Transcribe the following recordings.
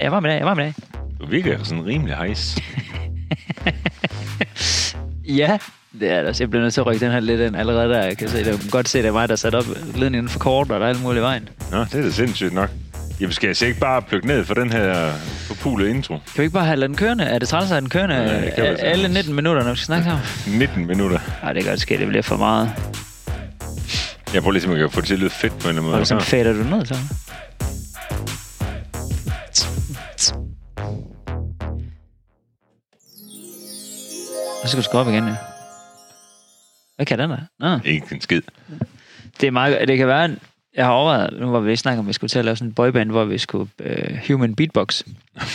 Jeg var med dig. Du virker jo sådan rimelig hejs. Ja, det er det. Jeg bliver nødt til at rykke den her lidt ind allerede der. Jeg kan se, det er godt se, det er mig, der sat op ledningen for kort, og der er alt muligt i vejen. Nå, det er da sindssygt nok. Jamen, skal jeg så ikke bare plukke ned for den her forpulede intro? Kan vi ikke bare have den kørende? Er det træls at have den kørende alle 19 minutter, når vi skal snakke sammen? 19 minutter. Nej, det kan godt ske, det bliver for meget. Jeg prøver ligesom at få det til at lyde fedt på en eller anden måde. Og så fader du ned, så? Og så skal du skrue op igen, ja. Hvad kan den der? Nå. Ikke en skid. Det er meget... Det kan være... Jeg har overvejet... Nu var vi snakke om, vi skulle til at lave sådan en boyband, hvor vi skulle human beatbox.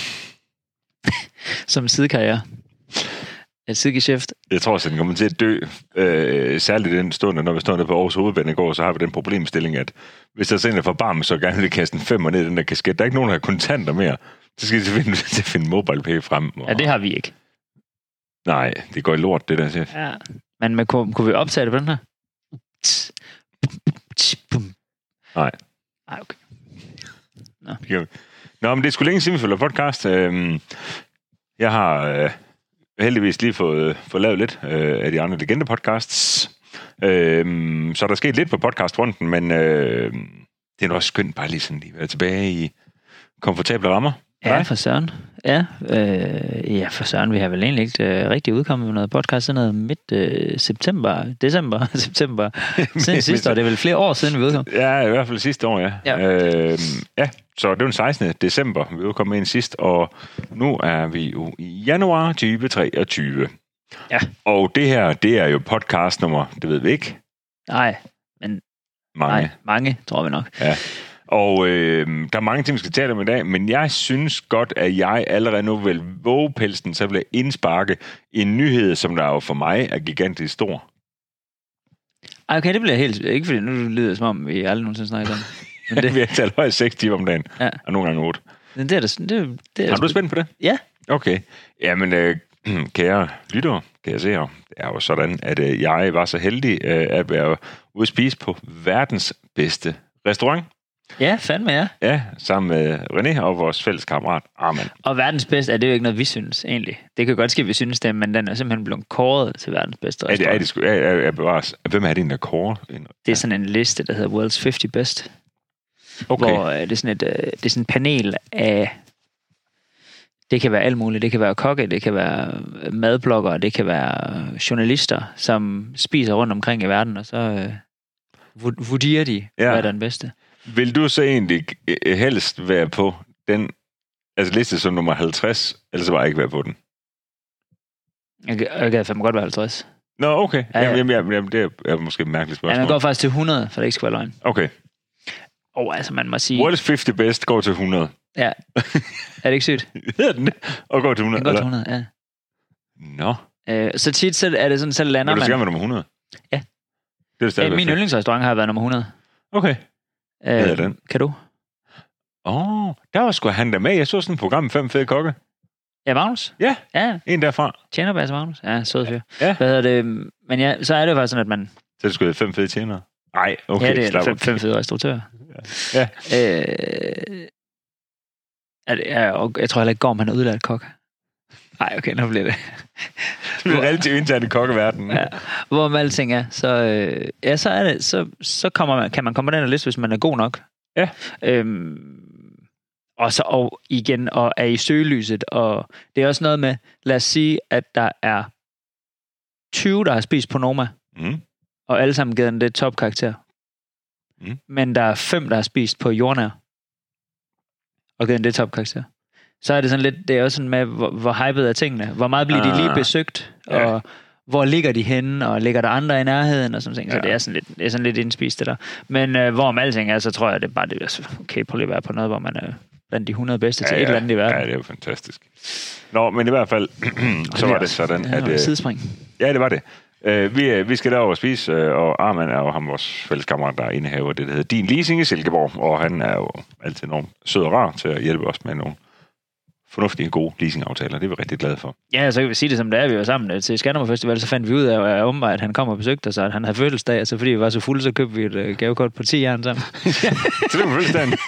Som sidekarriere. Et sidegeschæft. Jeg tror også, at den kommer til at dø. Særligt i den stund, når vi står nede på Aarhus Hovedbanegård, så har vi den problemstilling, at hvis der er for barm, så gerne vil kaste en 5'er ned i den der kasket. Der er ikke nogen, der har kontanter mere. Så skal de til at finde MobilePay frem. Ja, det har vi ikke. Nej, det går i lort, det der, chef. Ja. Men kunne vi optage det på den her? Nej. Nej, okay. Nå, men det er sgu længe siden, vi følger podcast. Jeg har heldigvis lige fået lavet lidt af de andre Legende-podcasts. Så der er sket lidt på podcastfronten, men det er også skønt bare lige sådan lige at være tilbage i komfortable rammer. Ja, for søren. Ja, for søren. Vi har vel egentlig ikke rigtig udkommet med noget podcast sådan noget september. Siden sidste år. Det er vel flere år siden, vi udkom. Ja, i hvert fald sidste år, ja. Så det var den 16. december, vi udkom med en sidst, og nu er vi jo i januar 2023. Ja. Og det her, det er jo podcast nummer, det ved vi ikke. Nej, men... Mange, tror vi nok. Ja. Og der er mange ting, vi skal tale om i dag, men jeg synes godt, at jeg allerede nu vil våge pelsen, så vil jeg indsparke en nyhed, som der jo for mig er gigantisk stor. Okay, det bliver helt... Ikke fordi nu lyder det som om, vi aldrig nogensinde snakker om. Men det... vi har talt højst 6 timer om dagen, ja. Og nogle gange 8. Men det er har du spændt på det? Ja. Okay. Jamen, kære lyttere, kære seere, det er jo sådan, at jeg var så heldig at være ude at spise på verdens bedste restaurant. Ja, fandme ja. Ja, sammen med René og vores fælles kammerat Arman. Og verdens bedste, er det jo ikke noget, vi synes egentlig. Det kan godt ske, at vi synes det, men den er simpelthen blevet kåret til verdens bedste restaurant. Hvem er det, der kårer? Det er sådan en liste, der hedder World's 50 Best. Okay. Hvor det er sådan et panel af... Det kan være alt muligt. Det kan være kokke, det kan være madbloggere, det kan være journalister, som spiser rundt omkring i verden, og så vurderer de, hvad er den bedste. Vil du så egentlig helst være på den liste som nummer 50, eller så bare ikke være på den? Jeg kan fandme godt være 50. Nå, okay. Ja. Jamen, det er måske et mærkeligt spørgsmål. Ja, man går faktisk til 100, for det ikke skal være løgn. Okay. Altså, man må sige... World's 50 Best går til 100. Ja. Er det ikke sygt? Hedder den det? Og går til 100? Den går til 100, ja. Nå. Så tit så er det sådan, så lander man... Men du skal være nummer 100? Ja. Det er min yndlingsrestaurant har været nummer 100. Okay. Hvad er den? Kan du? Der var sgu han der med. Jeg så sådan et program med 5 fede kokke. Ja, Magnus? Ja, ja. En derfra. Tjenerbasse Magnus? Ja, sød fyr. Ja. Hvad hedder det? Men ja, så er det jo faktisk sådan, at man... Så det skulle 5 fede tjenere? Nej, okay. Ja, det er 5 fede restauratører. Ja. Jeg tror heller ikke, Gorm han er udlært kok. Nej, okay, nu bliver det. Det bliver relativt internt i kokkeverdenen. Ja. Hvor med alting er, så er det, så kan man komme på den her liste, hvis man er god nok. Ja. Og igen, og er i søgelyset, og det er også noget med, lad os sige, at der er 20, der har spist på Noma, og alle sammen givet den det topkarakter. Men der er 5, der har spist på Jordnær, og givet den det topkarakter. Så er det sådan lidt, det er også sådan med, hvor hyped er tingene. Hvor meget bliver de lige besøgt, og hvor ligger de henne, og ligger der andre i nærheden, og sådan ting. Så det er sådan lidt indspist, det der. Men hvorom alting er, så tror jeg, det er bare det. Okay, prøv lige at være på noget, hvor man er blandt de 100 bedste til et eller andet i verden. Ja, det er jo fantastisk. Nå, men i hvert fald, så var det sådan, at... Det var sidespring. Ja, det var det. Vi skal derover og spise, og Arman er jo ham vores fælleskammerat, der indehaver det, der hedder Din Leasing i Silkeborg, og han er jo altid enormt sød og rar til at hjælpe os med nogle fornuftige, gode leasingaftaler. Det er vi rigtig glade for. Ja, så kan vi sige det som det er. Vi var sammen til Skanderborg Festival, så fandt vi ud af åbenbart, at han kom og besøgte os, og at han havde fødselsdag, så fordi vi var så fulde, så købte vi et gavekort på 10 jern sammen. Ja, så det var fødselsdagen.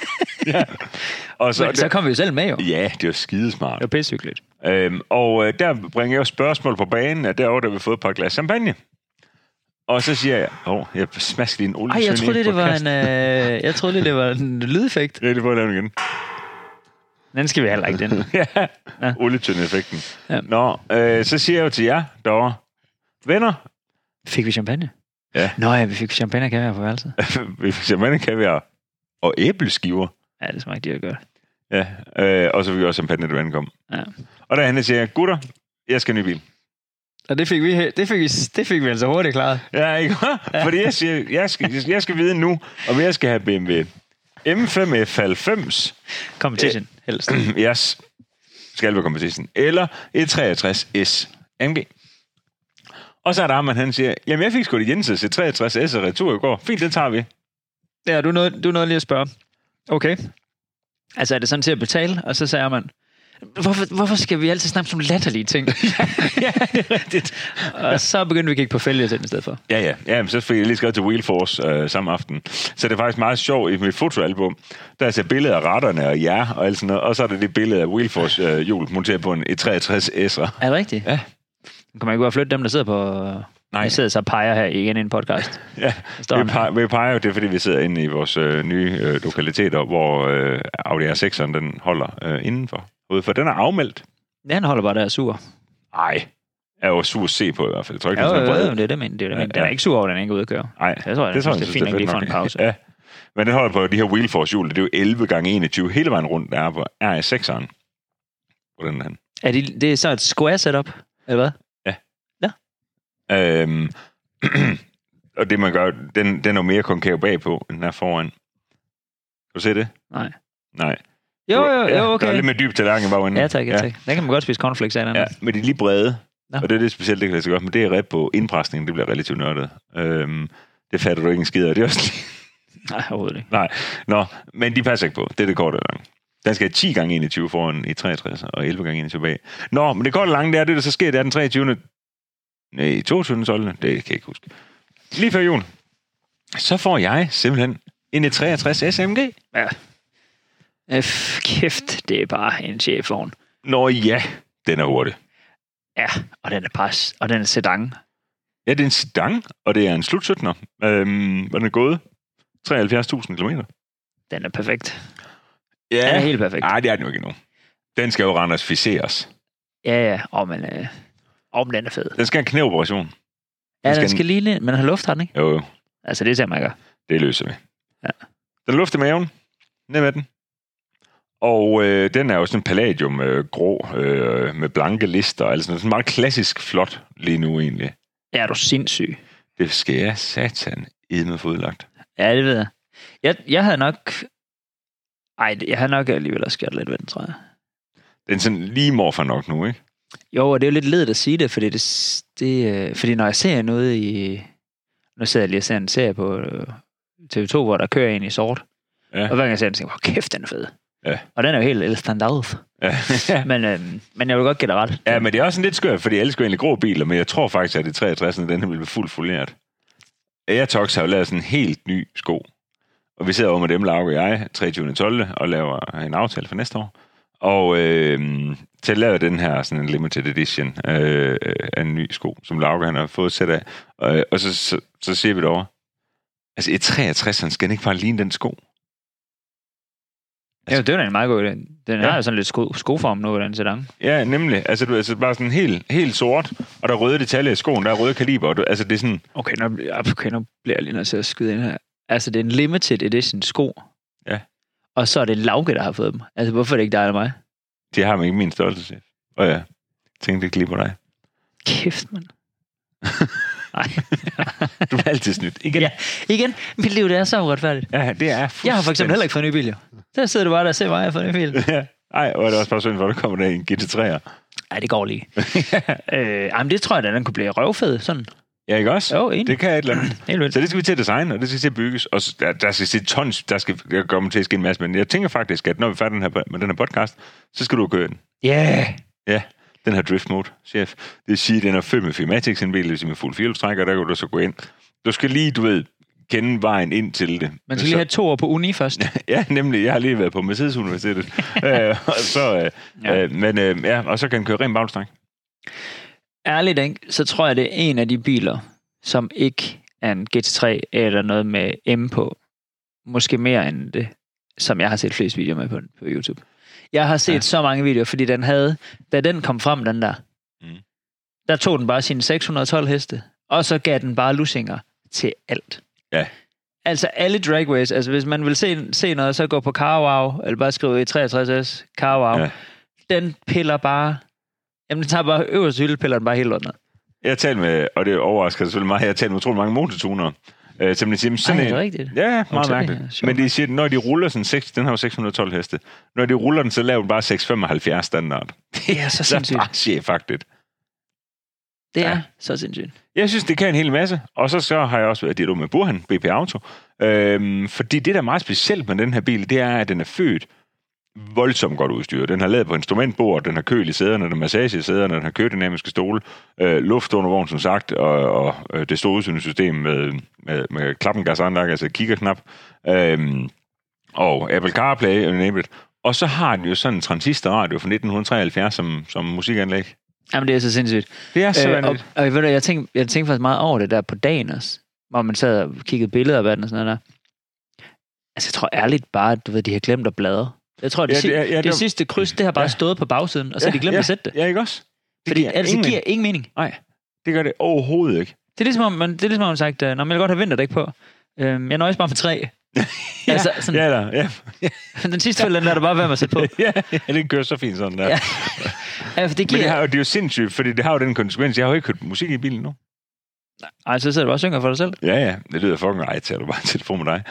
Ja. Og så kom vi jo selv med, jo. Ja, det var skidesmart. Det var pissehyggeligt. Og der bringer jeg jo spørgsmål på banen, at derovre, der vi fået et par glas champagne. Og så siger jeg, jeg smasker lige en olietønde. Jeg troede det var en lydeffekt. Ja, det får jeg lave igen. Den skal vi heller ikke, den. Ja, olietønde-effekten. Ja. Nå, så siger jeg jo til jer derovre, venner. Fik vi champagne? Ja. Nå ja, vi fik champagne og kaviar på værelset. Vi fik champagne, kaviar og æbleskiver. Ja, det smagte de godt. Ja, og så fik vi også champagne, da vandet kom. Ja. Og der han siger, gutter, jeg skal have en ny bil. Og det fik vi altså hurtigt klaret. Ja, ikke? Ja. Fordi jeg siger, jeg skal vide nu, om jeg skal have BMW M5 F90. Competition, helst. Yes, skal være competition. Eller et 63S AMG. Og så er der ham, han siger, jamen jeg fik sgu det Jenses et 63S og retur i går. Fint, det tager vi. Ja, du nåede lige at spørge. Okay. Altså er det sådan til at betale? Og så sagde man, hvorfor skal vi altid snakke om latterlige ting? Ja, det er rigtigt. Og så begyndte vi at kigge på fælgetænd i stedet for. Ja, men så fik jeg lige skrevet til Wheelforce samme aften. Så det er faktisk meget sjovt i mit fotoalbum. Der er så billeder af retterne og jer og alt sådan noget. Og så er det billede af Wheelforce hjul monteret på et 63S'er. Er det rigtigt? Ja. Kan man ikke bare flytte dem, der sidder på... Nej. Vi sidder så og peger her igen i en podcast. Ja, vi peger jo, det er fordi, vi sidder inde i vores nye lokaliteter, hvor Audi R6'eren, den holder indenfor. For den er afmeldt. Ja, den holder bare der sur. Nej, er jo sur at se på i hvert fald. Jeg tror ikke, det er det, men den er ikke sur over, den er ikke ude at køre. Nej, det tror jeg, det er fint, at lige får en pause. Ja, men den holder på de her Wheelforce-hjul, det er jo 11 gange 21 hele vejen rundt, der er på RS6'eren. Hvordan er den? Det er så et square setup, eller hvad? Og det man gør, den er jo mere konkav bagpå, end den er foran. Kan du se det? Nej. Jo, okay. Der er lidt mere dyb tallerken i bagenden. Ja, tak. Den kan man godt spise cornflakes af. Ja, men de er lige brede. Ja. Og det er det specielt, det kan lade sig godt. Men det er ret på indpresningen, det bliver relativt nørdet. Det fatter du ikke en skid af. Det er også Nej, overhovedet ikke. Nej. Nå, men de passer ikke på. Det er det korte og lange. Den skal have 10 gange 21 foran i 63, og 11 gange 21 bag. Nå, men det korte og lange, det er det, der så sker, det er den 23. Nej, 22. solgte. Det kan jeg ikke huske. Lige før jul. Så får jeg simpelthen en 63 SMG. Ja. Kæft, det er bare en chefvogn. Nå ja, den er hurtig. Ja, og den er pas, og den er sedan. Ja, det er en sedan, og det er en slut 17'er. Hvor den er gået 73.000 kilometer. Den er perfekt. Ja. Den er helt perfekt. Nej, det er den jo ikke endnu. Den skal jo randerficeres. Ja, om den er fed. Den skal have en knæoperation. Ja, den skal lige... Men har luft, har den ikke? Jo. Altså, det ser man ikke. Det løser vi. Ja. Den lufter maven. Ned med den. Og den er jo sådan en palladium grå med blanke lister. Altså sådan meget klassisk flot lige nu egentlig. Ja, er du sindssyg. Det skal jeg satan med fodlagt. Ja, det ved jeg. Jeg havde nok... jeg havde nok alligevel også gjort lidt ved den, tror jeg. Den er sådan lige morfer nok nu, ikke? Jo, og det er jo lidt ledet at sige det, fordi fordi når jeg ser noget i... Nu sidder jeg lige og ser en serie på TV2, hvor der kører en i sort. Ja. Og hver gang jeg ser den, tænker jeg, kæft, den er fed. Ja. Og den er jo helt standard. Ja. men jeg vil godt give dig ret. Ja, men det er også sådan lidt skørt, fordi jeg elsker egentlig grå biler, men jeg tror faktisk, at det 63, den her vil blive fuldt fulderet. Airtox har jo lavet sådan en helt ny sko. Og vi sidder over med dem, Lauke og jeg, 23.12. og laver en aftale for næste år. Og til at lave den her sådan en limited edition af en ny sko, som Lauke han har fået sæt af. Og så siger vi derovre, altså et 63, skal ikke bare ligne den sko? Altså, ja, det er jo en meget god idé. Den har jo sådan lidt skoform nu, den sedan. Ja, nemlig. Altså, du er bare sådan helt sort, og der er røde detaljer i skoen, der er røde kaliber. Altså, det er sådan... Okay, nu bliver jeg lige nødt til at skyde ind her. Altså, det er en limited edition sko. Ja. Og så er det Lauke, der har fået dem. Altså, hvorfor er det ikke dig eller mig? De har mig ikke min størrelse. Og ja, tænkte det klipper dig. Kæft, mand. Nej. Du er altid snydt. Igen. Mit liv, det er så uretfærdigt. Ja, det er jeg har for eksempel heller ikke fået en ny bil, jo. Der sidder du bare der og ser mig, jeg har fået en ny bil. Ja. Ej, og er det også bare synd, hvor der kommer der en GT3'er. Nej, det går lige. Men det tror jeg, at den kunne blive røvfed, sådan. Ja, ikke også? Jo, enig. Det kan et eller andet. Så det skal vi til at designe, og det skal til at bygges. Og der skal se tons, der skal komme til at ske en masse. Men jeg tænker faktisk, at når vi er færdige med den her podcast, så skal du køre den. Ja. Ja, den her drift mode, chef. Det vil sige, at den er fyldt med Filmatics, en bil, med fuld firehjulstrækker, der kan du så gå ind. Du skal lige, kende vejen ind til det. Man skal lige have 2 år på uni først. Ja, nemlig. Jeg har lige været på Mercedes Universitetet. Og så kan den køre ren bagstræk. Ærligt, ikke? Så tror jeg, det er en af de biler, som ikke er en GT3 eller noget med M på. Måske mere end det, som jeg har set flest videoer med på YouTube. Jeg har set så mange videoer, fordi den havde, da den kom frem, den der, der tog den bare sine 612 heste, og så gav den bare lussinger til alt. Ja. Altså alle dragways, altså hvis man vil se noget, så gå på CarWow, eller bare skrive i 63S, CarWow. Ja. Den piller bare, jamen den tager bare øverste hylde, piller den bare helt under. Jeg har talt med, og det overrasker selvfølgelig mig, jeg har talt med utrolig mange motortunere, som de siger, sådan det er rigtigt. Ja, meget mærkeligt. Men de siger, når de ruller sådan 6, den har jo 612 heste, når de ruller den, så laver den bare 675 standard. Det er så sindssygt. Det er bare chefagtigt. Det er så sindssygt. Jeg synes, det kan en hel masse. Og så har jeg også været i dialog med Burhan, BP Auto. Fordi det, der er meget specielt med den her bil, det er, at den er født voldsomt godt udstyret. Den har lavet på instrumentbord, den har køl i sæderne, den har massage i sæderne, den har køredynamiske stole, luft under vogn, som sagt, og det store udsynssystem med klappengasanlagt, altså kiggerknap, og Apple CarPlay enabled. Og så har den jo sådan en transistorradio fra 1973 som musikanlæg. Jamen, det er så sindssygt. Det er så vanligt. Og ved du, jeg tænkte faktisk meget over det der på dagen også, hvor man sad og kiggede billeder af den og sådan noget der. Altså, jeg tror ærligt bare, at de har glemt at bladre. Jeg tror, det sidste kryds, det har bare stået på bagsiden, og så har de glemt at sætte det. Ja, ikke også? Fordi ellers det giver ingen mening. Nej, det gør det overhovedet ikke. Det er ligesom om man sagt, når man vil godt have vinterdæk på. Jeg nøjes bare med 3. Altså, sådan, den sidste følge, den der bare være med at sætte på. Ja, det kører så fint sådan der. Ja, for det giver... Men det er jo sindssygt, fordi det har jo den konsekvens. Jeg har jo ikke hørt musik i bilen nu. Nej, så sidder du bare og synger for dig selv. Ja, det lyder fucking ej, tager du bare telefon med dig.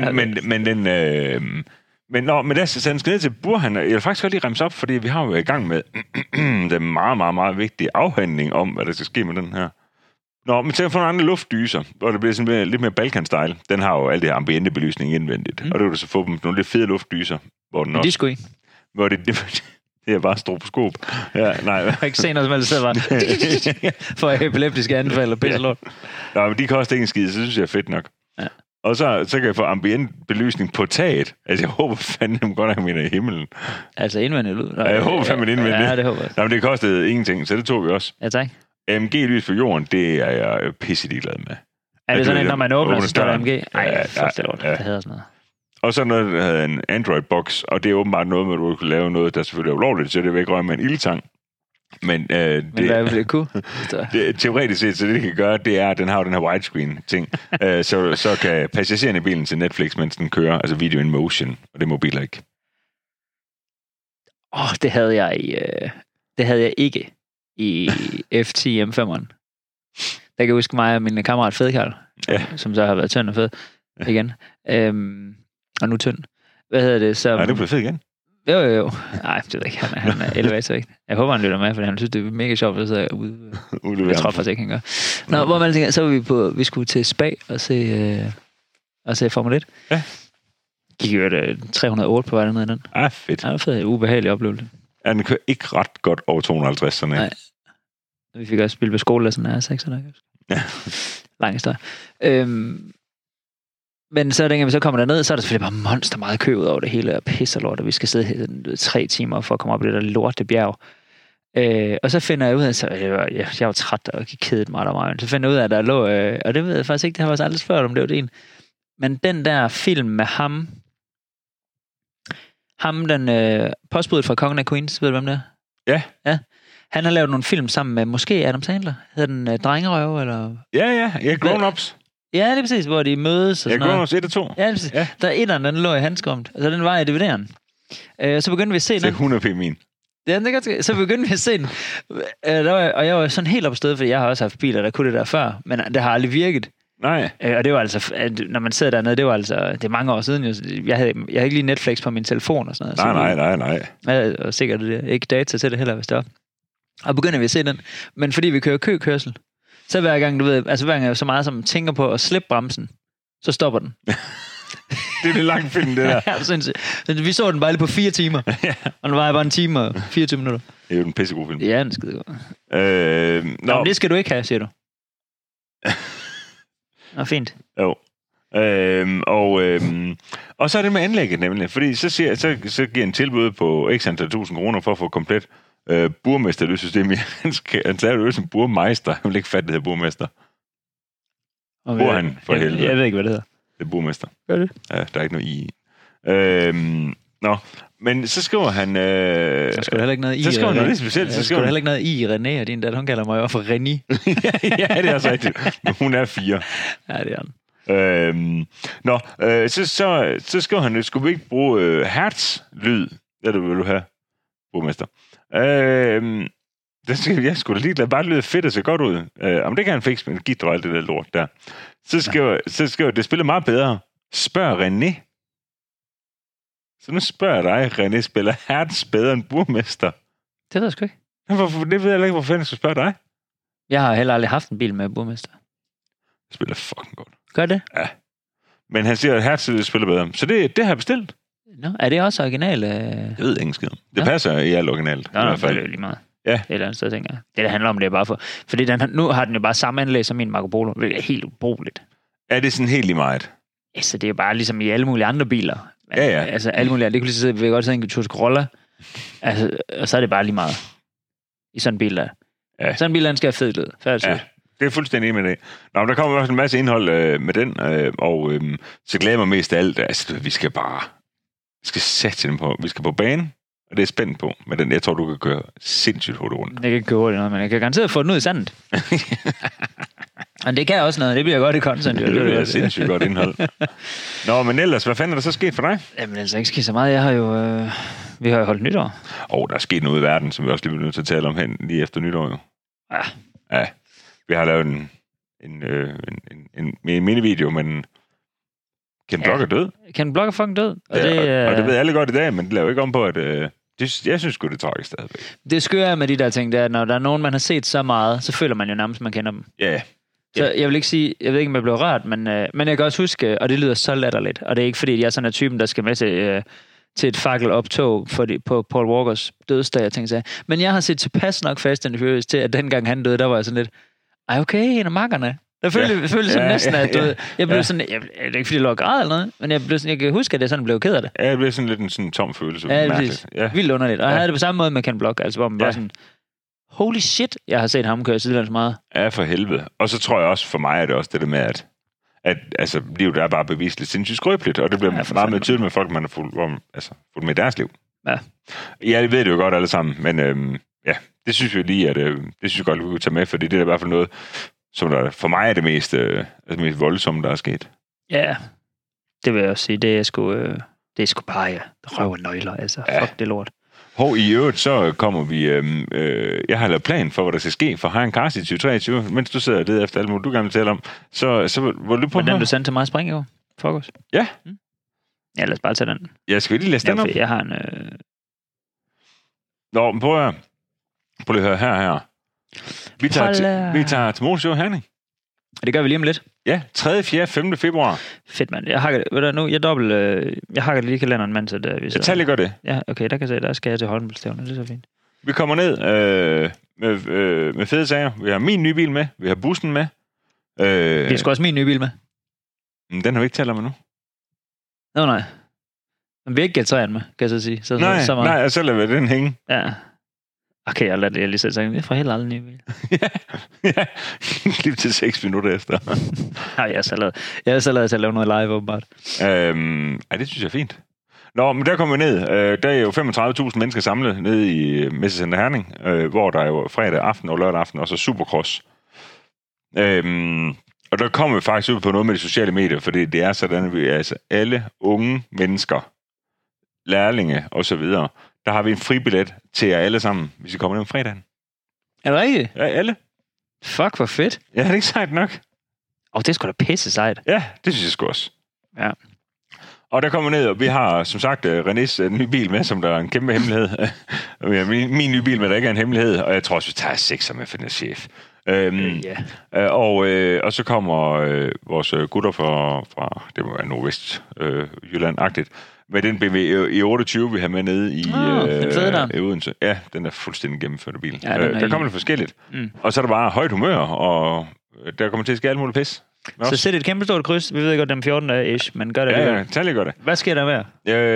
Men der så den skal ned til Burhan. Jeg vil faktisk godt lige remse op, fordi vi har jo i gang med den meget, meget, meget vigtige afhandling om, hvad der skal ske med den her. Men til at få nogle andre luftdyser, hvor det bliver sådan lidt mere Balkan-style. Den har jo alt det her ambiente belysning indvendigt. Og det vil du så få dem nogle lidt fede luftdyser. Hvor den også, de skulle ikke. Hvor det er bare stroboskop. Ja, nej. Jeg har ikke set noget, som helst bare for epileptiske anfald og pisse lort. Nå, men de koster ikke en skid, så synes jeg er fedt nok. Ja. Og så kan jeg få ambient belysning på taget. Altså, jeg håber fandme godt, at jeg mener i himlen. Altså indvendigt lyd? Ja, jeg håber fandme indvendigt. Ja, det håber jeg. Nå, men det kostede ingenting, så det tog vi også. Ja, tak. AMG-lys for jorden, det er jeg pisselig glad med. Er det sådan, når man åbner, så står der AMG? Nej, det hedder sådan noget. Og så noget, der havde en Android-box, og det er åbenbart noget med, at du kan lave noget, der selvfølgelig er ulovligt, så det vil ikke røre med en ildtang. Men hvad vil det kunne? Teoretisk set, så det kan gøre, det er, at den har jo den her widescreen-ting. så kan passagererne i bilen til Netflix, mens den kører, altså video in motion, og det er mobiler ikke. Det havde jeg ikke i F10 M5'eren. Der kan jeg huske mig og min kammerat Fedkarl, som så har været tynd og fed igen. Og nu tynd. Hvad hedder det? Nej, du blev fed igen. Jo. Nej, det ved ikke. Han er elevator, ikke? Jeg håber, han lytter med, for han synes, det er mega sjovt, at sidde ude. Jeg tror faktisk ikke, han gør. Nå, hvor man tænker, så var vi skulle til Spa og se Formel 1. Ja. Gik jo 308 på vej dernede i den. Fedt. Ja, det var fedt. Ubehagelig oplevelse. Ja, den kører ikke ret godt over 250, sådan. Nej. Vi fik også spillet ved skole, sådan her 6 eller ja. Lang historie. Men så dengang vi så kommer derned, så er der selvfølgelig bare monster meget kø ud over det hele, og pisser lort, og vi skal sidde her 3 timer for at komme op i det der lorte bjerg. Og så finder jeg ud af, så jeg var træt og kedet mig der meget, så finder jeg ud af, at der lå, og det ved jeg faktisk ikke, det har jeg faktisk aldrig spørget om, det var det en. Men den der film med ham den postbudet fra Kongen af Queens, ved du hvem det er? Ja. Han har lavet nogle film sammen med måske Adam Sandler. Hedder den Drengerøve, eller? Ja, Grown-Ups. Ja, det er præcis, hvor de mødes og sådan noget. Grown-Ups 1 og 2. Ja, det er præcis. Ja. Der er etteren, den lå i handskrumt. Altså, den var i DVD'eren. Så begyndte vi at se den. Det er 100p min. Ja, det er godt. Så begyndte vi at se den. Og jeg var sådan helt op på stedet, fordi jeg har også haft biler, der kunne det der før. Men det har aldrig virket. Nej. Og det var altså, når man sidder dernede, det er mange år siden. Jeg havde ikke lige Netflix på min telefon og sådan noget. Nej. Ja, og sikkert ikke data til det heller, hvis det var. Og begynder vi at se den. Men fordi vi kører køkørsel, så hver gang, hver gang jeg så meget som tænker på at slippe bremsen, så stopper den. Det er det lange film, det der. Ja, så vi så den bare lige på 4 timer. Og den var bare 1 time og 24 minutter. Det er jo en pissegod film. Ja, den skide god. Nå, det skal du ikke have, siger du. Nå, fint. Jo. Og så er det med anlægget nemlig, fordi så giver en tilbud på x antal 1000 kroner for at få komplet burmesterløssystem. Han laver det jo som burmeister. Han vil ikke fatte, det hedder burmester. Bor han for helvede? Jeg ved ikke, hvad det hedder. Det er burmester. Hvad er det? Ja, der er ikke noget i. Men så skriver han... Så skal der heller ikke noget i... Så skriver han noget lidt specielt. Så skal der heller ikke noget i René, og din datter, hun kalder mig jo for René. ja, det er også rigtigt. Men hun er 4. Ja, det er han. Så skriver han, skulle vi ikke bruge hertz-lyd? Det vil du have, burmester. Jeg skulle da lige lade bare lyde fedt og se godt ud. Om det kan han fikse, men gitter og alt det der lort der. Så skriver det spiller meget bedre. Spørg René. Så nu spørger jeg dig, René, spiller hertz bedre end burmester? Det ved jeg sgu ikke. Det ved jeg ikke, hvorfor jeg skal spørge dig. Jeg har heller aldrig haft en bil med burmester. Det spiller fucking godt. Gør det? Ja. Men han siger, at hertz spiller bedre. Så det har jeg bestilt. Nå, er det også original? Jeg ved ikke skid. Det passer i alt originalt. Nå, i hvert fald. Det er lige meget. Ja. Det er et eller andet sted, tænker jeg. Det handler om, det er bare for... Fordi nu har den jo bare samme anlæg som min Marco Polo. Det er helt ubrugeligt. Er det sådan helt lige meget? Altså, det er jo bare ligesom i alle mulige andre biler. Ja. Altså, alle mulige andre. Det kunne lige så godt sige en Toyota Corolla. Altså, og så er det bare lige meget. I sådan en bil der. Ja. Sådan en bil, den skal have fed lyd. Ja. Det er fuldstændig enig med det. Nå, men der kommer også en masse indhold med den, og så glæder jeg mig mest af alt. Altså, vi skal sætte den på. Vi skal på banen, og det er spændt på. Men den, jeg tror, du kan køre sindssygt hurtigt rundt. Jeg kan ikke køre hurtigt, men jeg kan garanteret få den ud i sandet. Men det kan også noget. Det bliver godt i content. Det bliver sindssygt godt indhold. Nå, men ellers, hvad fanden er der så sket for dig? Jamen, altså ikke sket så meget. Jeg har jo... vi har jo holdt nytår. Der er sket noget i verden, som vi også lige bliver nødt til at tale om hen lige efter nytår, jo. Ja. Vi har lavet en mini-video, men Ken Block er død. Ken Block er fucking død. Og det ved alle godt i dag, men det laver ikke om på, at... jeg synes sgu, det trækker stadigvæk. Det skører med de der ting, der, når der er nogen, man har set så meget, så føler man jo nærmest, man kender dem. Ja. Så jeg vil ikke sige, jeg ved ikke, om jeg blev rørt, men jeg kan også huske, og det lyder så latterligt, og det er ikke fordi, jeg er sådan en typen, der skal med til et fakkeloptog på Paul Walkers dødsdag, jeg tænkte. Men jeg har set tilpas nok Fast and Furious til, at dengang han døde, der var jeg sådan lidt, okay, en af makkerne. Der følte sådan næsten, at jeg blev sådan, det er ikke fordi, jeg lå og græd eller noget, men jeg kan huske, at jeg sådan blev ked af det. Ja, det blev sådan lidt en sådan tom følelse. Ja, vildt underligt. Og jeg havde det på samme måde med Ken Block, altså hvor man var sådan, holy shit, jeg har set ham køre sidenlands så meget. Ja, for helvede. Og så tror jeg også, for mig er det også det der med, at altså, livet er bare bevisligt sindssygt skrøbeligt, og det bliver meget mere tydeligt med folk, man har fulgt med deres liv. Ja. Jeg ved det jo godt alle sammen, men det synes jeg lige, at det synes jeg godt, at vi kunne tage med, fordi det er i hvert fald noget, som der for mig er det mest voldsomme, der er sket. Ja, det vil jeg også sige. Det er sgu bare røv og nøgler, altså. Ja. Fuck det lort. I øvrigt, så kommer vi... jeg har lavet plan for, hvad der skal ske for High Cars i 2023, mens du sidder og leder efter alt muligt, du gerne vil tale om. Så vil du på... Men den, du sendte til mig, springer jo. Fokus. Ja. Ja, lad os bare tage den. Jeg skal lige læse den op. Jeg har en... Nå, men prøv lige at høre her. Vi tager til Motorshow Herning. Det gør vi lige om lidt. Ja, 3., 4., 5. februar. Fedt, mand. Jeg hakker lige kalenderen, mand, så der vi så... Jeg tager lige godt det. Ja, okay, der skal jeg til Holmenbølstævne, det er så fint. Vi kommer ned med fede sager. Vi har min nye bil med, vi har bussen med. Vi skal også min nye bil med. Den har vi ikke talt om endnu. Nej. Men vi har ikke G3'en med, kan jeg så sige. Nej, så lader vi den hænge. Ja. Okay, jeg lader det lige sætte sig. Det er for helt aldrig ny bil. Ja, lige til 6 minutter efter. Nej, jeg er så lavet til at lave noget live, åbenbart. Det synes jeg er fint. Nå, men der kommer vi ned. Der er jo 35.000 mennesker samlet nede i Messecenter Herning, hvor der er jo fredag aften og lørdag aften, og så Supercross. Og der kommer vi faktisk ud på noget med de sociale medier, fordi det er sådan, at vi altså alle unge mennesker, lærlinge og så videre, der har vi en fribillet til jer alle sammen, hvis I kommer ned om fredagen. Er det rigtigt? Ja, alle. Fuck, hvor fedt. Ja, det er ikke sejt nok. Det er sgu da pisse sejt. Ja, det synes jeg sgu også. Ja. Og der kommer ned, og vi har som sagt Renés nye bil med, som der er en kæmpe hemmelighed. Vi har min nye bil med, der ikke er en hemmelighed, og jeg tror også, vi tager 6'er med for chef. Og så kommer vores gutter fra det må være Nordvest Jylland-agtigt, med den BMW i28, vi har med nede i Odense. Ja, den er fuldstændig gennemført bil. Ja, der kommer det forskelligt. Og så er der bare højt humør, og der kommer til at ske alt muligt pis. Så sæt et kæmpe stort kryds. Vi ved godt, den 14. er ish, men gør det. Ja, tag gør det. Hvad sker der med?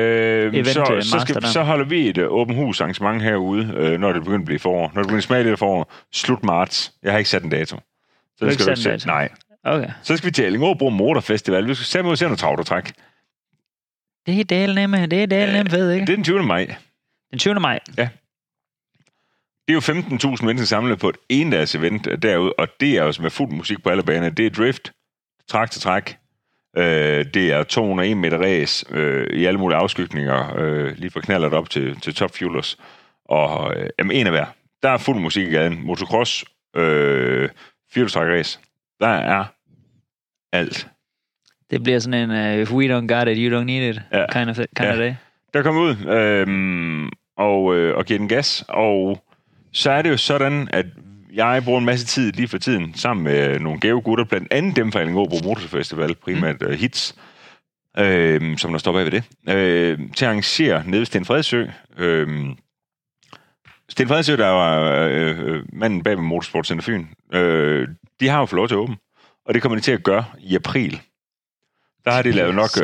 Så holder vi et åben hus arrangement herude, når det begynder at blive forår. Når det begynder at smage lidt forår, slut marts. Jeg har ikke sat en dato. Så skal du ikke Nej. Okay. Så skal vi til Allingåbro Motorfestival. Vi skal simpelthen se noget travltræk. Det er delnemme, ved ikke? Det er den 20. maj. Den 20. maj? Ja. Det er jo 15.000 mennesker samlet på et endags event derude, og det er jo med fuld musik på alle baner. Det er drift, træk til træk. Det er 201 meter race i alle mulige afskygninger, lige fra knallert op til top fuelers. Og en af hver. Der er fuld musik i gaden. Motocross, firehjulstræk race. Der er alt. Det bliver sådan en if we don't got it, you don't need it kind of day. Der kommer ud og giver den gas, og så er det jo sådan, at jeg bruger en masse tid lige for tiden sammen med nogle gave gutter, blandt andet dem fra Allingåbro Motorfestival, primært Hits, som der står bag ved det, til at arrangere nede ved Sten Fredsø. Sten Fredsø, der var manden bag ved Motorsportcenter Fyn, de har jo fået lov til at åbne, og det kommer de til at gøre i april. Der har de lavet nok,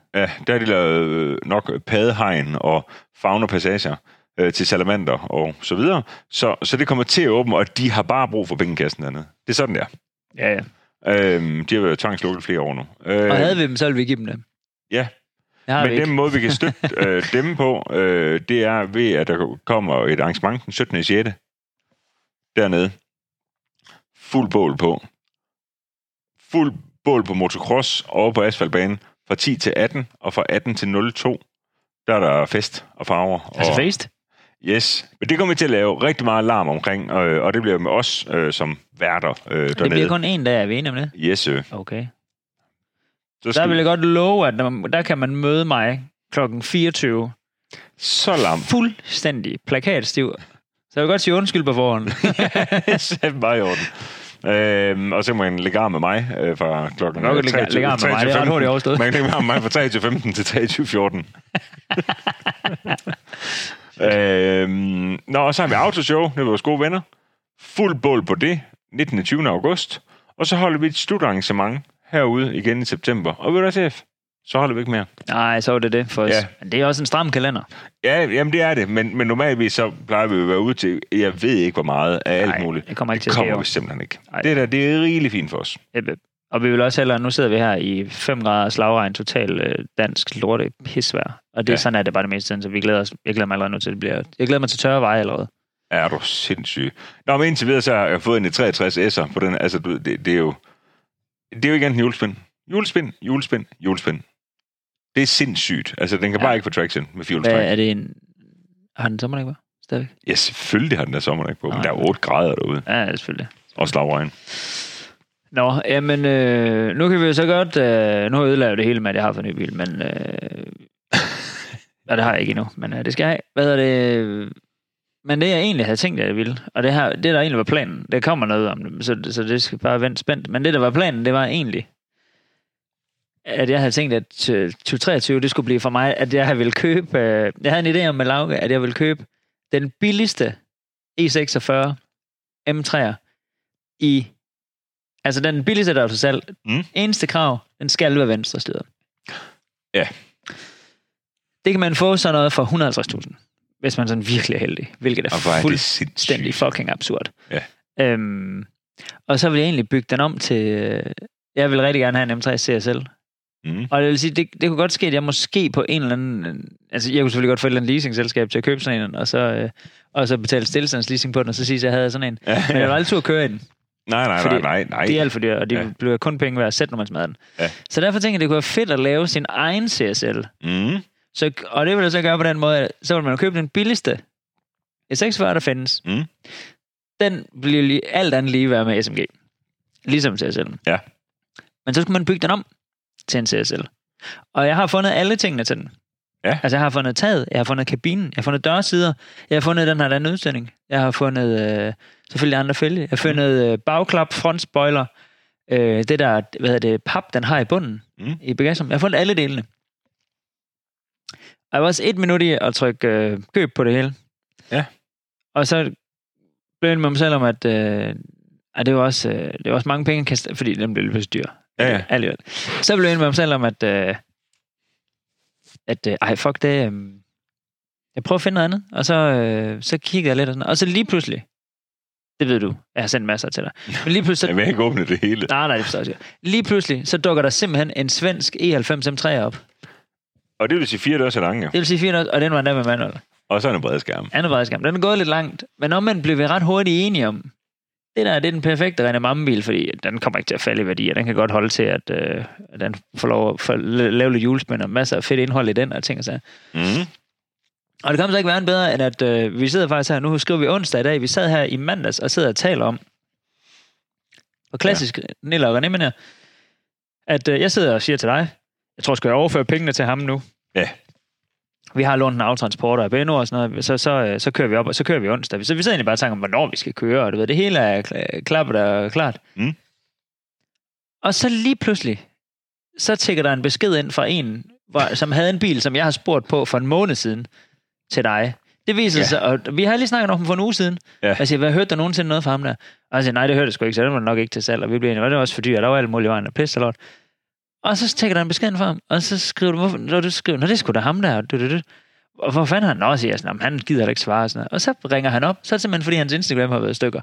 padehegn og faunapassager til salamander og så videre. Så det kommer til at åbne, og de har bare brug for pengekassen dernede. Det er sådan, der. Ja. De har været tvangslukket flere år nu. Og havde vi dem, så ville vi give dem dem. Ja. Men den måde, vi kan støtte dem på, det er ved, at der kommer et arrangement den 17. 6. dernede. Fuld bål på. Fuld bål på motocross over på asfaltbanen fra 10 til 18, og fra 18 til 02, der er der fest og farver. Altså fest? Yes. Men det kommer vi til at lave rigtig meget larm omkring, og det bliver med os som værter dernede. Det bliver kun en dag, er vi enige om det? Yes, sir. Okay. Der vil jeg godt love, at der kan man møde mig klokken 24. Så larm. Fuldstændig plakatstiv. Så jeg vil godt sige undskyld på forhånd. Det er meget i orden. Og så må man lægge arm med mig fra klokken 23.15. Lægge arm med mig, det er ret hurtigt overstået. Man kan lægge arm med mig fra 23.15 til 23.14. Og så har vi autoshow med vores gode venner. Fuld bål på det, 19. 20. august. Og så holder vi et slutarrangement herude igen i september. Og ved du hvad, så holder vi ikke mere. Nej, så er det for os. Ja. Men det er også en stram kalender. Ja, jamen det er det. Men normalvis så plejer vi at være ude til, jeg ved ikke hvor meget af alt muligt. Det kommer ikke til at ske. Det kommer vi simpelthen ikke. Det er rigeligt fint for os. Og vi vil også hellere, nu sidder vi her i 5 grader slagregn, total dansk lorte pisvær. Og det er sådan, at det bare det meste sådan, så jeg glæder mig allerede nu til, det bliver. Jeg glæder mig til tørre veje allerede. Er du sindssyg. Nå, men indtil videre, så har jeg fået en 63 S'er på den. Altså, det er jo ikke andet julespind. Julespind. Det er sindssygt. Altså, den kan bare ikke få traction med fjolstræk. Er det en... Har den sommerdæk på? Stadigvæk? Ja, selvfølgelig har den der sommerdæk på, men der er 8 grader derude. Ja, det er selvfølgelig. Og slagregn. Nå, jamen, nu kan vi jo så godt... nu har jeg ødelagt det hele med, at jeg har fået en ny bil, men... ja, det har jeg ikke endnu, men det skal jeg have. Hvad er det... Men det, jeg egentlig havde tænkt, at jeg ville, og det der egentlig var planen, det kommer noget om det, så det skal bare vente spændt. Men det, der var planen, det var egentlig, at jeg havde tænkt, at 2023, det skulle blive for mig, at jeg ville købe... jeg havde en idé om med Lauke, at jeg ville købe den billigste E46 M3'er i... Altså den billigste, der er til salg. Eneste krav, den skal være venstrestyret. Ja. Det kan man få sådan noget for 150.000. Hvis man sådan virkelig er heldig. Hvilket er fuldstændig fucking absurd. Ja. Og så vil jeg egentlig bygge den om til... jeg vil rigtig gerne have en M3 CSL. Og det vil sige, det kunne godt ske, at jeg måske på en eller anden... Altså, jeg kunne selvfølgelig godt få et eller andet leasingselskab til at købe sådan en, og så betale stillestandsleasing på den, og så sige, at jeg havde sådan en. Ja. Men jeg var altid at køre i den. Nej. Det er alt for dyrt, og det bliver kun penge værd at sætte, når man smadrer den. Ja. Så derfor tænker jeg, det kunne være fedt at lave sin egen CSL. Så, og det vil jeg så gøre på den måde, så vil man købe den billigste E46, der findes. Den bliver alt andet lige være med SMG. Ligesom CSL'en. Ja. Men så skal man bygge den om til en CSL. Og jeg har fundet alle tingene til den. Ja. Altså jeg har fundet taget, jeg har fundet kabinen, jeg har fundet dørsider, jeg har fundet den her anden udstilling. Jeg har fundet selvfølgelig andre fælge. Jeg har fundet bagklap, frontspoiler, det der, pap, den har i bunden i bagagerummet. Jeg har fundet alle delene. Jeg var også 1 minut i at trykke køb på det hele. Ja. Og så blev jeg med mig selv om, at det var også mange penge, fordi den blev lidt dyr. Ja. Alligevel. Så blev jeg enig med mig selv om, fuck det. Jeg prøver at finde noget andet. Og så kigger jeg lidt og sådan. Og så lige pludselig, det ved du, jeg har sendt masser til dig. Men lige pludselig... Jeg vil ikke åbne det hele. Nej, det forstår jeg. Lige pludselig, så dukker der simpelthen en svensk E90 M3 op. Og det vil sige 4 døre så lange. Det vil sige 4 døre, og den var endda med manual. Og så er en bred skærm. Anden bred skærm. Den er gået lidt langt. Men omvendt blev vi ret hurtigt enige om, det er den perfekte Renault Mambil, fordi den kommer ikke til at falde i værdi, og den kan godt holde til, at den får lov at lave lidt hjulspænd og masser af fedt indhold i den og ting og sager. Og det kan så ikke være en bedre, end at vi sidder faktisk her, nu skriver vi onsdag i dag, vi sad her i mandags og sidder og taler om, og klassisk Nilla og René mener, at jeg sidder og siger til dig, jeg tror, skal jeg overføre pengene til ham nu? Ja. Vi har lånt en autotransporter af Benno og sådan noget, så kører vi op, og så kører vi onsdag. Så vi sidder egentlig bare og tænker om, hvornår vi skal køre, og du ved, det hele er klappet og klart. Og så lige pludselig, så tækker der en besked ind fra en, som havde en bil, som jeg har spurgt på for en måned siden til dig. Det viser sig, og vi har lige snakket om for en uge siden. Ja. Jeg siger, hvad hørte der nogensinde noget fra ham der? Og jeg siger, nej, det hørte jeg sgu ikke, så det var nok ikke til salg, og vi blev enige, og det var også for dyrt, der var alt muligt vejen og pisse og lort. Og så tækker der en besked ind fra ham, og så skriver du, når det er sgu da ham der, og hvor fanden han også siger sådan, han gider ikke svare sådan noget. Og så ringer han op, så er det simpelthen fordi hans Instagram har været i stykker.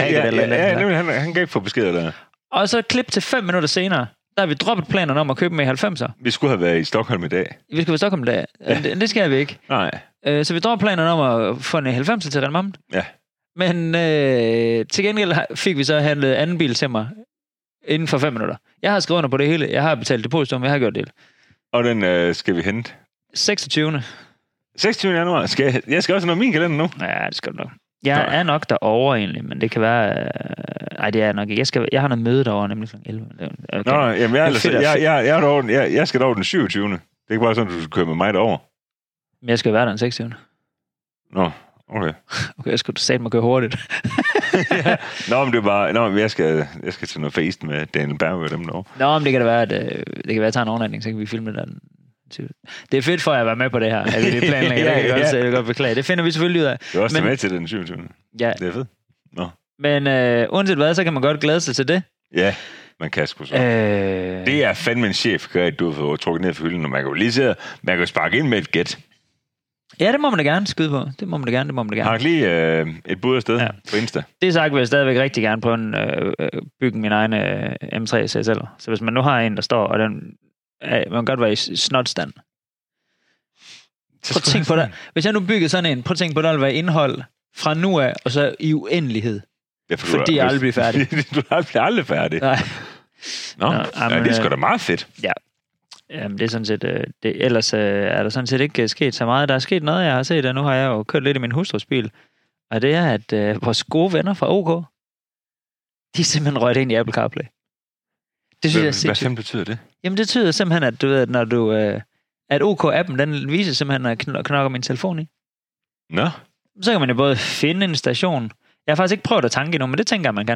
Han kan ikke få beskeder der. Og så klip til 5 minutter senere, der har vi droppet planerne om at købe med 90'er. Vi skulle have været i Stockholm i dag. Vi skal være i Stockholm i dag. Ja. Det skal vi ikke. Nej. Så vi dropper planerne om at få en 90'er til Renault Mambil. Ja. Men til gengæld fik vi så handlet anden bil til mig inden for 5 minutter. Jeg har skrevet under på det hele. Jeg har betalt depositum, jeg har gjort det. Og den skal vi hente? 26. 26. januar. Jeg skal også nå min kalender nu. Ja, det skal du nok. Jeg er nok derovre egentlig, men det kan være... Nej, det er nok ikke. Jeg har noget møde derovre, nemlig kl. 11. Okay. Nå, jamen jeg skal derovre den 27. Det er ikke bare sådan, at du skal køre med mig derover. Men jeg skal være der den 26. Nå, okay. Okay, jeg skal du satme køre hurtigt. Ja. Nå, men det er bare... Nå, men jeg skal til noget fest med Daniel Berg og dem derovre. Nå, men det kan da være, at jeg tager en overnatning, så kan vi filme den. Det er fedt for at være med på det her. At vi det planlægger. Det kan jeg godt beklage. Det finder vi selvfølgelig ud af. Du er også med til den 27. Ja. Det er fedt. Nå. Men uanset hvad, så kan man godt glæde sig til det. Ja, man kan sgu så. Det er fandme en chef, at du har fået trukket ned for hylden, og man kan jo lige sidde, man kan sparke ind med et gæt. Ja, det må man da gerne skyde på. Det må man da gerne. Har lige et bud afsted på Insta? Det er sagt, vil jeg stadigvæk rigtig gerne på en bygge min egen M3 CSL. Så hvis man nu har en, der står, og den man kan godt være i snotstand. Prøv at tænke på det. Hvis jeg nu byggede sådan en, prøv at tænke på, der vil være indhold fra nu af, og så i uendelighed. Ja, fordi jeg aldrig bliver færdig. Du bliver aldrig færdig. Nej. Nå, det er sgu da meget fedt. Ja. Jamen, det er sådan set... ellers er der sådan set ikke sket så meget. Der er sket noget, jeg har set, og nu har jeg jo kørt lidt i min hustrus bil. Og det er, at vores gode venner fra OK, de er simpelthen røget ind i Apple CarPlay. Det synes hvad fanden betyder det? Jamen, det betyder simpelthen, at du ved, når du... at OK-appen, den viser simpelthen, at jeg knokker min telefon i. Nå. Så kan man jo både finde en station. Jeg har faktisk ikke prøvet at tanke endnu, men det tænker jeg, man kan.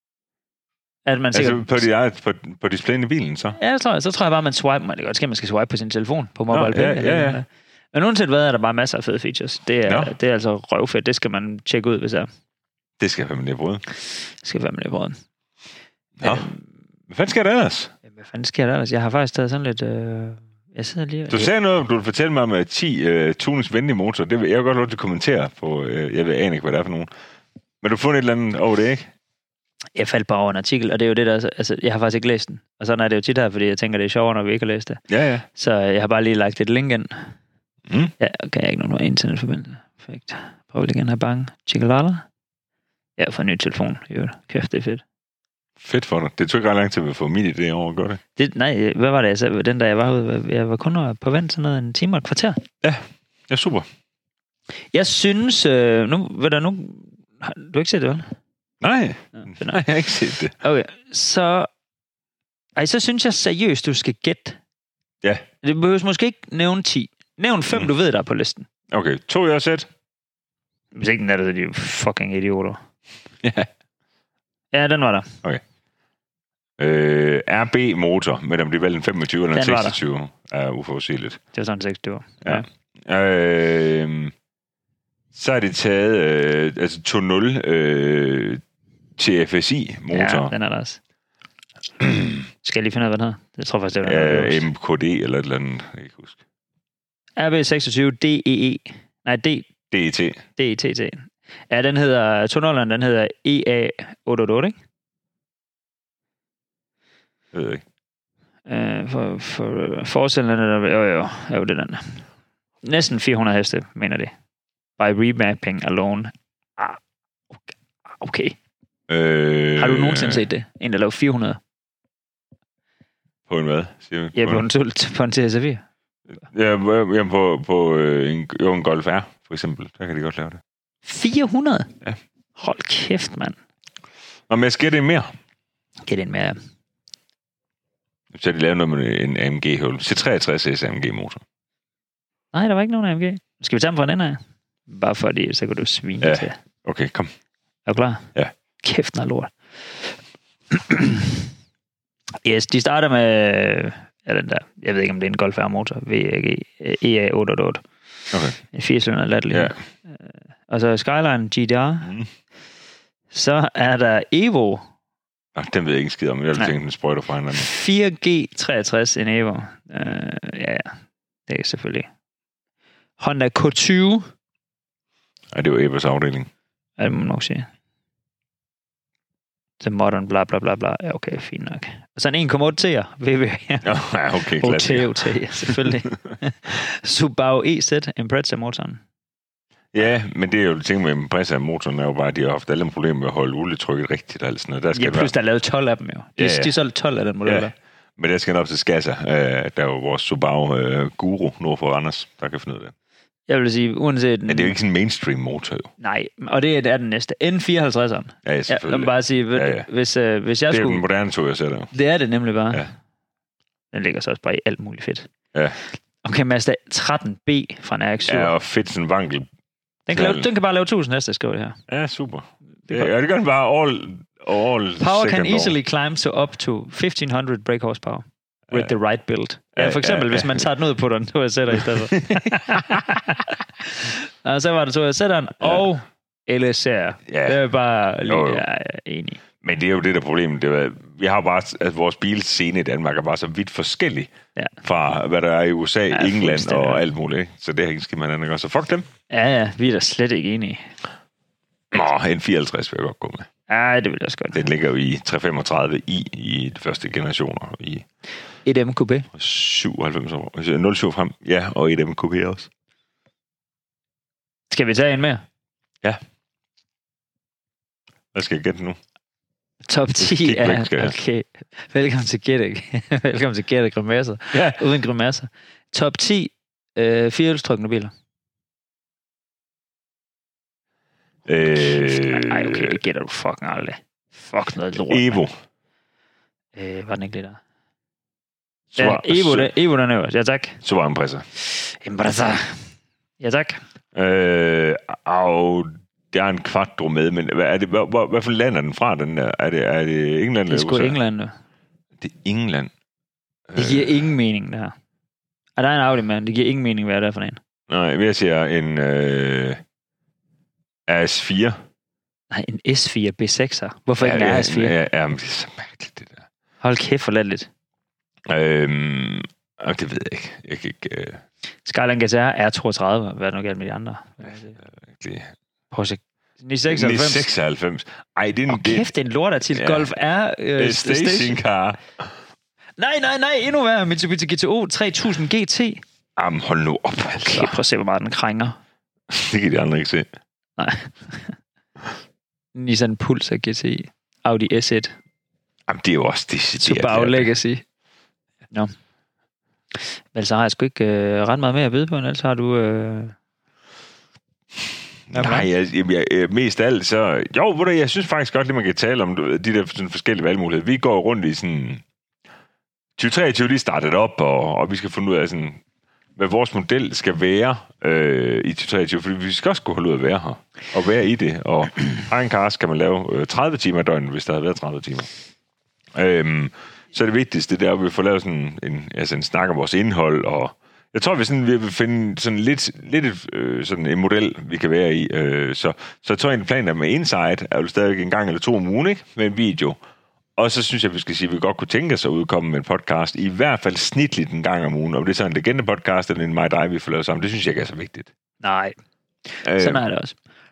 At man sikkert... på displayen i bilen, så? Ja, så tror jeg bare, man swiper. Det er godt ske, man skal swipe på sin telefon på MobilePay. Ja. Men uanset hvad, er der bare masser af fede features. Det er altså røvfedt. Det skal man tjekke ud, hvis jeg... Det skal være med det brød. Det skal være med det brød. Nå. Hvad fanden sker der ellers? Hvad fanden sker der ellers? Jeg har faktisk taget sådan lidt... Jeg sidder lige... Du sagde noget, du vil fortælle mig om 10 tuningsvenlige motorer. Det vil jeg godt lov til at kommentere på. Jeg ved ikke, hvad det er for nogen. Men du har fundet et eller andet over det, ikke? Jeg faldt bare over en artikel, og det er jo det, der... Altså, jeg har faktisk ikke læst den. Og sådan er det jo tit her, fordi jeg tænker, det er sjovere, når vi ikke har læst det. Ja. Så jeg har bare lige lagt et link ind. Ja, okay, jeg ikke nogen internetforbindelse. Perfekt. Prøv lige igen her bange. Chikalala. Jeg har fået en ny telefon. Kæft, det er fedt. Fedt for dig. Det tog ikke ret lang tid at få mit idé over at gøre det. Nej, hvad var det, jeg sagde? Den der jeg var ude, jeg var kun på vent sådan noget, en time og et kvarter. Ja, super. Jeg synes, nu har du ikke set det, vel? Nej, jeg har ikke set det. Okay, så synes jeg seriøst, du skal gætte. Ja. Det behøves måske ikke nævne 10. Nævn 5, du ved, der er på listen. Okay, 2 jeg har set. Hvis ikke den er der, så er de jo fucking idioter. Ja. Ja, den var der. Okay. RB-motor, med dem bliver vel en 25 eller en 26, er uforudsigeligt. Det var sådan en 26. Ja. Så er det taget 2.0 TFSI-motor. Ja, den er der også. Skal jeg lige finde ud af, hvad den hedder? Jeg tror faktisk, det er den. MKD eller et eller andet, jeg kan ikke huske. RB26 DEE. Nej, DET. DETT. Ja, den hedder, 2.0'eren, den hedder EA888, ikke? Jeg ved ikke. For forestillende, jo, det er den. Næsten 400 heste, mener det. By remapping alone. Okay. Har du nogensinde set det? En, der lavede 400? På en hvad? Ja, på en TSA4. Ja, på en Golf R, for eksempel. Der kan de godt lave det. 400? Ja. Hold kæft, mand. Nå, men jeg skal det mere. Gæt ind mere. Så de lavet noget med en AMG-hul. C63S AMG-motor. Nej, der var ikke nogen AMG. Skal vi tage dem fra den her? Bare fordi, så kan du svine til. Okay, kom. Er du klar? Ja. Kæft, noget lort. Yes, de starter med den der, jeg ved ikke, om det er en Golf R-motor, VAG, EA888. Okay. En 4-cylinder latterlig. Ja. Og så Skyline GDR. Mm. Så er der Evo. Den ved jeg ikke skid om. Jeg har tænkt, den sprøjter fra hinanden. 4G63 en Evo. Ja, det er selvfølgelig. Honda K20. Ja, det var Evos afdeling. Ja, det må man nok sige. The Modern bla bla bla bla. Ja, okay, fint nok. Og så en 1,8 T'er. VW. Ja, okay, OT, selvfølgelig. Subaru EZ Impreza-motoren. Ja, men det er jo det ting med Impreza-motoren, er jo bare, at de har haft alle problemer med at holde olietrykket rigtigt og alt sådan noget. Der skal plus der er lavet 12 af dem jo. De solgte 12 af den model der. Men der skal op til Skasser. Der er jo vores Subaru guru nord for Randers, der kan finde ud af det. Jeg vil sige, uanset... Men det er jo ikke sådan en mainstream motor, jo. Nej, og det er den næste. N54'eren. Ja, selvfølgelig. Lad mig bare sige, hvis jeg det skulle... Det er den moderne tog, jeg sætter. Det er det nemlig bare. Ja. Den ligger så også bare i alt muligt fedt. Ja. Okay, Mazda 13B fra en RX-7. Ja, og fedt sådan en vankel. Den kan bare lave 1000 heste, skriver det her. Ja, super. Det gør den bare all Power can easily climb to up to 1500 brake horsepower. With the right build. Ja, for eksempel, hvis man tager den ud på den, så jeg sætter i stedet. Og så var det så jeg sætter den, og LSR. Ja. Det er bare lige enig. Men det er jo det der problem. Vi har bare, at vores bilscene i Danmark er bare så vidt forskellig fra, hvad der er i USA, England og alt muligt. Så det her skal man andet gøre. Så fuck dem. Ja, vi er da slet ikke enige. En 54 vil jeg godt gå med. Ja, det vil jeg også godt. Den ligger jo i 335 i de første generationer. I et MQB. 97 år. 07 frem. Ja, og et MQB også. Skal vi tage en mere? Ja. Hvad skal jeg gætte nu? Top 10 er... Okay. Velkommen til Gætte. Velkommen til Gætte Grimasser. Ja. Uden grimasser. Top 10 firehjulstrukne biler. Ej, okay, det gætter du fucking aldrig. Fuck noget lort. Evo. Var den ikke lidt der? Ja, Evo den er ja tak. Så var Impreza. Ja tak. Der er en Quattro med, men hvad for land er den fra, den der? Er det England eller USA? Det er sgu England nu. Det er England. Det giver ingen mening, det her. Der er en Audi, men det giver ingen mening, hvad er det for en. Nej, jeg siger en RS4. Nej, en S4 B6'er. Hvorfor ikke en RS4? Ja, men det er så mærkeligt, det der. Hold kæft for lidt. Det ved jeg ikke. Jeg kan ikke... Skyline GTR R32. Hvad er det nu galt med de andre? Porsche 996. Ej, det er en... kæft, det er en lortartikel. Golf R stationcar. Nej, endnu værre. Mitsubishi GTO 3000 GT. Jamen, hold nu op, altså. Okay, prøv at se, hvor meget den krænger. Det kan de andre ikke se. Nej. Nissan Pulsar GTI. Audi S1. Jamen, det er jo også det. Subaru Legacy. Nå. Vel, så har jeg sgu ikke ret meget mere at byde på, ellers har du... Nej, jeg mest af alt så... Jo, jeg synes faktisk godt, at man kan tale om de der sådan forskellige valgmuligheder. Vi går rundt i sådan... 2023 lige startet op, og vi skal finde ud af sådan... hvad vores model skal være i 2023, fordi vi skal også kunne holde ud at være her, og være i det, og egen cars kan man lave 30 timer i døgnet, hvis der har været 30 timer. Så det vigtigste, det er, at vi får lavet sådan en snak om vores indhold, og jeg tror, vi vil finde sådan lidt sådan en model, vi kan være i. Så jeg tror, en plan der med Insight er jo stadig en gang eller to om ugen, ikke? Med en video. Og så synes jeg, vi skal sige, at vi godt kunne tænke os at udkomme med en podcast, i hvert fald snitligt en gang om ugen. Om det er så en legende-podcast, eller en mig dig, vi får lavet sammen, det synes jeg ikke er så vigtigt. Nej, sådan er det også.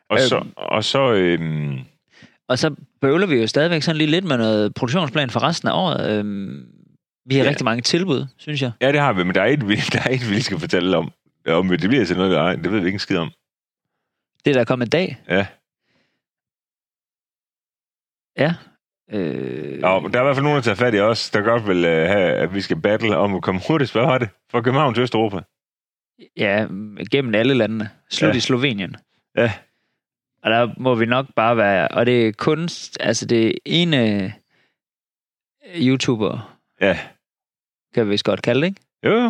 Og så bøvler vi jo stadigvæk sådan lige lidt med noget produktionsplan for resten af året. Vi har rigtig mange tilbud, synes jeg. Ja, det har vi, men der er et, vi skal fortælle om. Om det bliver til noget, der er, det ved vi ikke en skid om. Det, der er kommet en dag? Ja. Ja. Og der er i hvert fald nogen, der tager fat i os, der godt vil have, at vi skal battle om at komme hurtigt. Hvad var det? Fra København til Østeuropa? Ja, gennem alle landene. Slut i Slovenien. Ja. Og der må vi nok bare være... Og det er kun... Altså, det er ene YouTuber. Ja. Kan vi vist godt kalde det, ikke? Jo.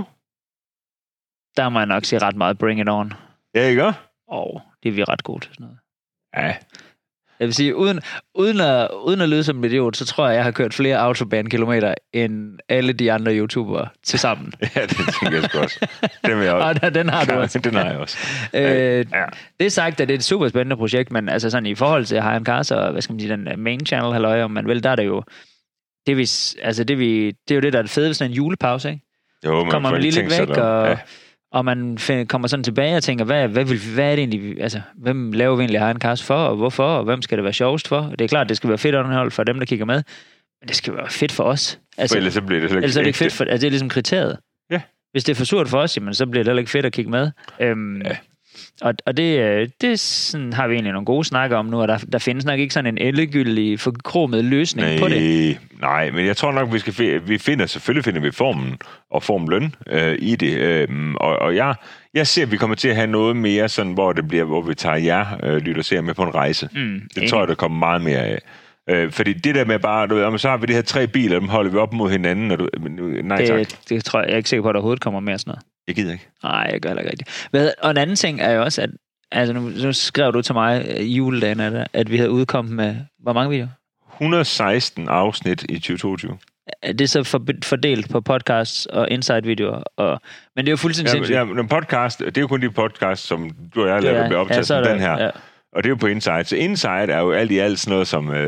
Der må jeg nok sige ret meget bring it on. Ja, ikke? Det er vi ret gode til sådan noget. Ja. Jeg vil sige, uden at lyde som en idiot, så tror jeg har kørt flere autobahn-kilometer end alle de andre YouTubere til sammen. Ja, det tænker jeg sgu også. Den, vil jeg også. Og den har du også. Den har jeg også. Det er sagt, at det er et super spændende projekt, men altså sådan i forhold til Hayan Cars og, hvad skal man sige, den main channel, halløj, om man vil, der er det jo... Det er jo det, der er det fede ved sådan en julepause, ikke? Jo, man kommer man lige lidt væk, og man kommer sådan tilbage og tænker, hvad er det egentlig, altså, hvem laver vi egentlig Hayan Cars for, og hvorfor, og hvem skal det være sjovest for? Det er klart, det skal være fedt underhold for dem, der kigger med, men det skal være fedt for os. Altså, for ellers så bliver det slet ikke ellers er det ikke fedt for, altså, det er ligesom kriteriet. Ja. Hvis det er for surt for os, jamen, så bliver det heller ikke fedt at kigge med. Ja. Og det sådan, har vi egentlig nogle gode snakker om nu, og der findes nok ikke sådan en endegyldig forkromet løsning på det. Nej, men jeg tror nok, selvfølgelig finder vi formen og formløn i det. Og jeg ser, at vi kommer til at have noget mere, sådan, hvor vi tager jer lytter ser med på en rejse. Det tror jeg, der kommer meget mere af. Fordi det der med bare, du ved, så har vi de her 3 biler, dem holder vi op mod hinanden. Det tror jeg er ikke sikker på, at der overhovedet kommer mere sådan noget. Jeg gider ikke. Nej, jeg gør heller ikke rigtigt. Og en anden ting er jo også, at altså nu skrev du til mig i juledagen, at vi havde udkommet med, hvor mange videoer? 116 afsnit i 2022. Er det så fordelt på podcasts og inside-videoer? Men det er jo fuldstændig sindssygt. Ja, men podcast, det er jo kun de podcasts, som du og jeg laver, der bliver optaget som den her. Ja. Og det er jo på Inside. Så Inside er jo alt i alt sådan noget som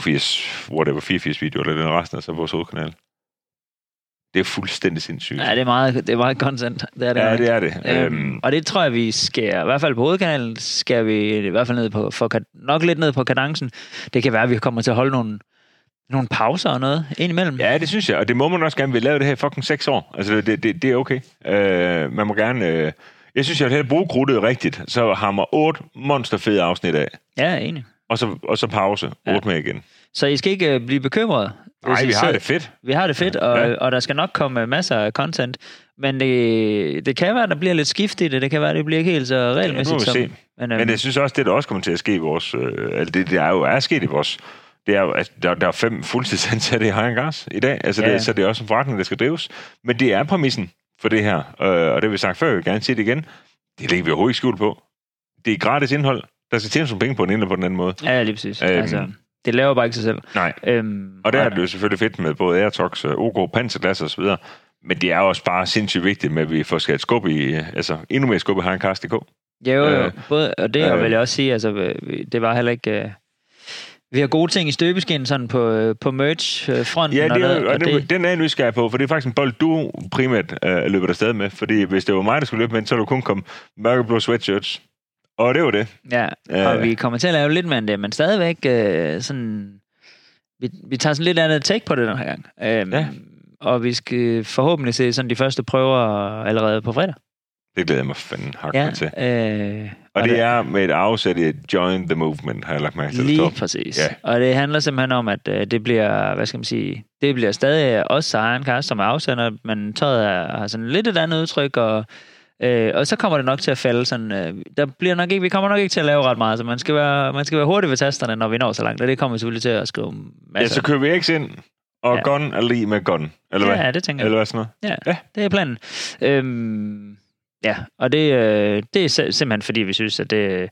84 videoer, eller den resten af så vores hovedkanal. Det er fuldstændig sindssygt. Ja, det er meget content. Det er det. Og det tror jeg, vi skal, i hvert fald på hovedkanalen, skal vi i hvert fald nok lidt ned på kadencen. Det kan være, at vi kommer til at holde nogle pauser og noget indimellem. Ja, det synes jeg. Og det må man også gerne. Vi laver det her i fucking 6 år. Altså, det er okay. Man må gerne... jeg synes, jeg vil have brugt krudtet rigtigt. Så hammer 8 monsterfede afsnit af. Ja, enig. Og så pause. 8 med igen. Så I skal ikke blive bekymrede? Nej, vi har det fedt. Vi har det fedt, og der skal nok komme masser af content. Men det kan være, at der bliver lidt skift i det. Det kan være, at det bliver ikke helt så regelmæssigt som... Men jeg synes også, det der også kommer til at ske i vores... det er jo sket i vores... Det er jo, altså, der er 5 fuldtidsansatte i Hayan Cars i dag. Altså, så det er også en forretning, der skal drives. Men det er præmissen for det her. Og det har vi sagt før, jeg vil gerne sige det igen. Det lægger vi overhovedet ikke skjult på. Det er gratis indhold. Der skal tjene nogle penge på den ene eller på den anden måde. Ja, lige præcis. Altså, det laver bare ikke sig selv. Nej. Og der er det jo selvfølgelig fedt med både Airtox, OK, panserglas og så videre. Men det er også bare sindssygt vigtigt med, at vi får sat skub i, altså endnu mere skub i Hayancast.dk. Jo. Både, og det vil jeg også sige, altså det var heller ikke... Vi har gode ting i støbeskeen sådan på merch-fronten. Ja, den er jeg nysgerrig på, for det er faktisk en bold, du primært løber der stadig med. Fordi hvis det var mig, der skulle løbe med, så ville du kun komme mørkeblå sweatshirts. Og det var det. Ja, og vi kommer til at lave lidt mere end det, men stadigvæk sådan... Vi tager sådan lidt andet take på det den her gang. Og vi skal forhåbentlig se sådan de første prøver allerede på fredag. Det glæder jeg mig fanden til. Og det er med et afsæt i Join the Movement, har jeg lagt mærke til. Lige præcis. Ja. Og det handler simpelthen om, at det bliver, hvad skal man sige, det bliver stadig os Hayan Cars, som er afsender, men tøjet har sådan lidt et andet udtryk, og så kommer det nok til at falde sådan, vi kommer nok ikke til at lave ret meget, så man skal være hurtig ved tasterne, når vi når så langt, og det kommer vi selvfølgelig til at skrive masser. Ja, så kører vi X ind, og gun er lige med gun, eller hvad? Ja, det tænker jeg. Eller hvad sådan noget? Ja, det er planen. Ja, og det er simpelthen fordi, vi synes, at det...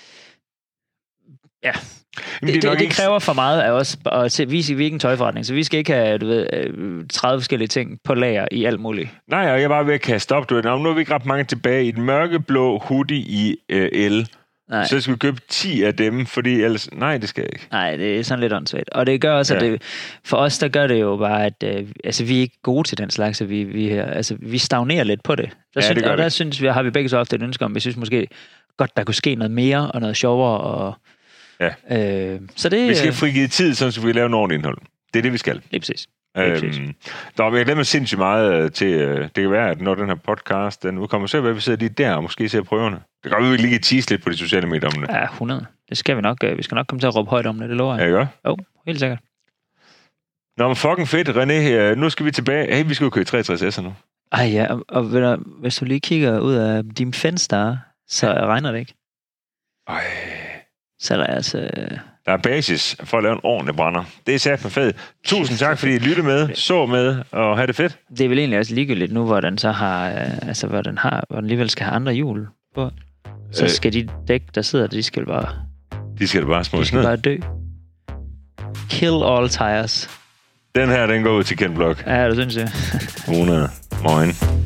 Ja, det kræver for meget af os at vise, hvilken tøjforretning. Så vi skal ikke have 30 forskellige ting på lager i alt muligt. Nej, og jeg er bare ved at kaste op. Nu er vi ikke ret mange tilbage i den mørkeblå hoodie i L. Nej. Så skal vi købe 10 af dem, fordi ellers... Nej, det skal jeg ikke. Nej, det er sådan lidt åndssvagt. Og det gør også, at det, for os, der gør det jo bare, at vi er ikke gode til den slags, så vi stagnerer lidt på det. Der synes vi, har vi begge så ofte et ønske om, vi synes måske godt, der kunne ske noget mere og noget sjovere. Og, så det, vi skal frigive tid, så vi kan lave en ordentlig indhold. Det er det, vi skal. Lige præcis. Jeg glemmer sindssygt meget til... det kan være, at når den her podcast den udkommer, så vil vi sidde lige der og måske se prøverne. Det kan vi lige tease lidt på de sociale medier om det. Ja, 100. Det skal vi nok. Vi skal nok komme til at råbe højt om det, det lover jeg. Ja, ikke? Jo, helt sikkert. Nå, men fucking fedt, René. Nu skal vi tilbage. Hey, vi skal jo køre 63S'er nu. Ej ja, og hvis du lige kigger ud af din fenster, så regner det ikke. Ej. Så der er altså... Der er basis for at lave en ordentlig brænder. Det er sat med fedt. Tusind tak, fordi I lyttede med, så med og have det fedt. Det er vel egentlig også ligegyldigt nu, hvor den så har, hvor den alligevel skal have andre hjul på. Så skal de dæk, der sidder, de skal bare... De skal bare smuttes ned. De skal bare dø. Kill all tires. Den her, den går ud til Ken Block. Ja, det synes jeg. 100. Moin.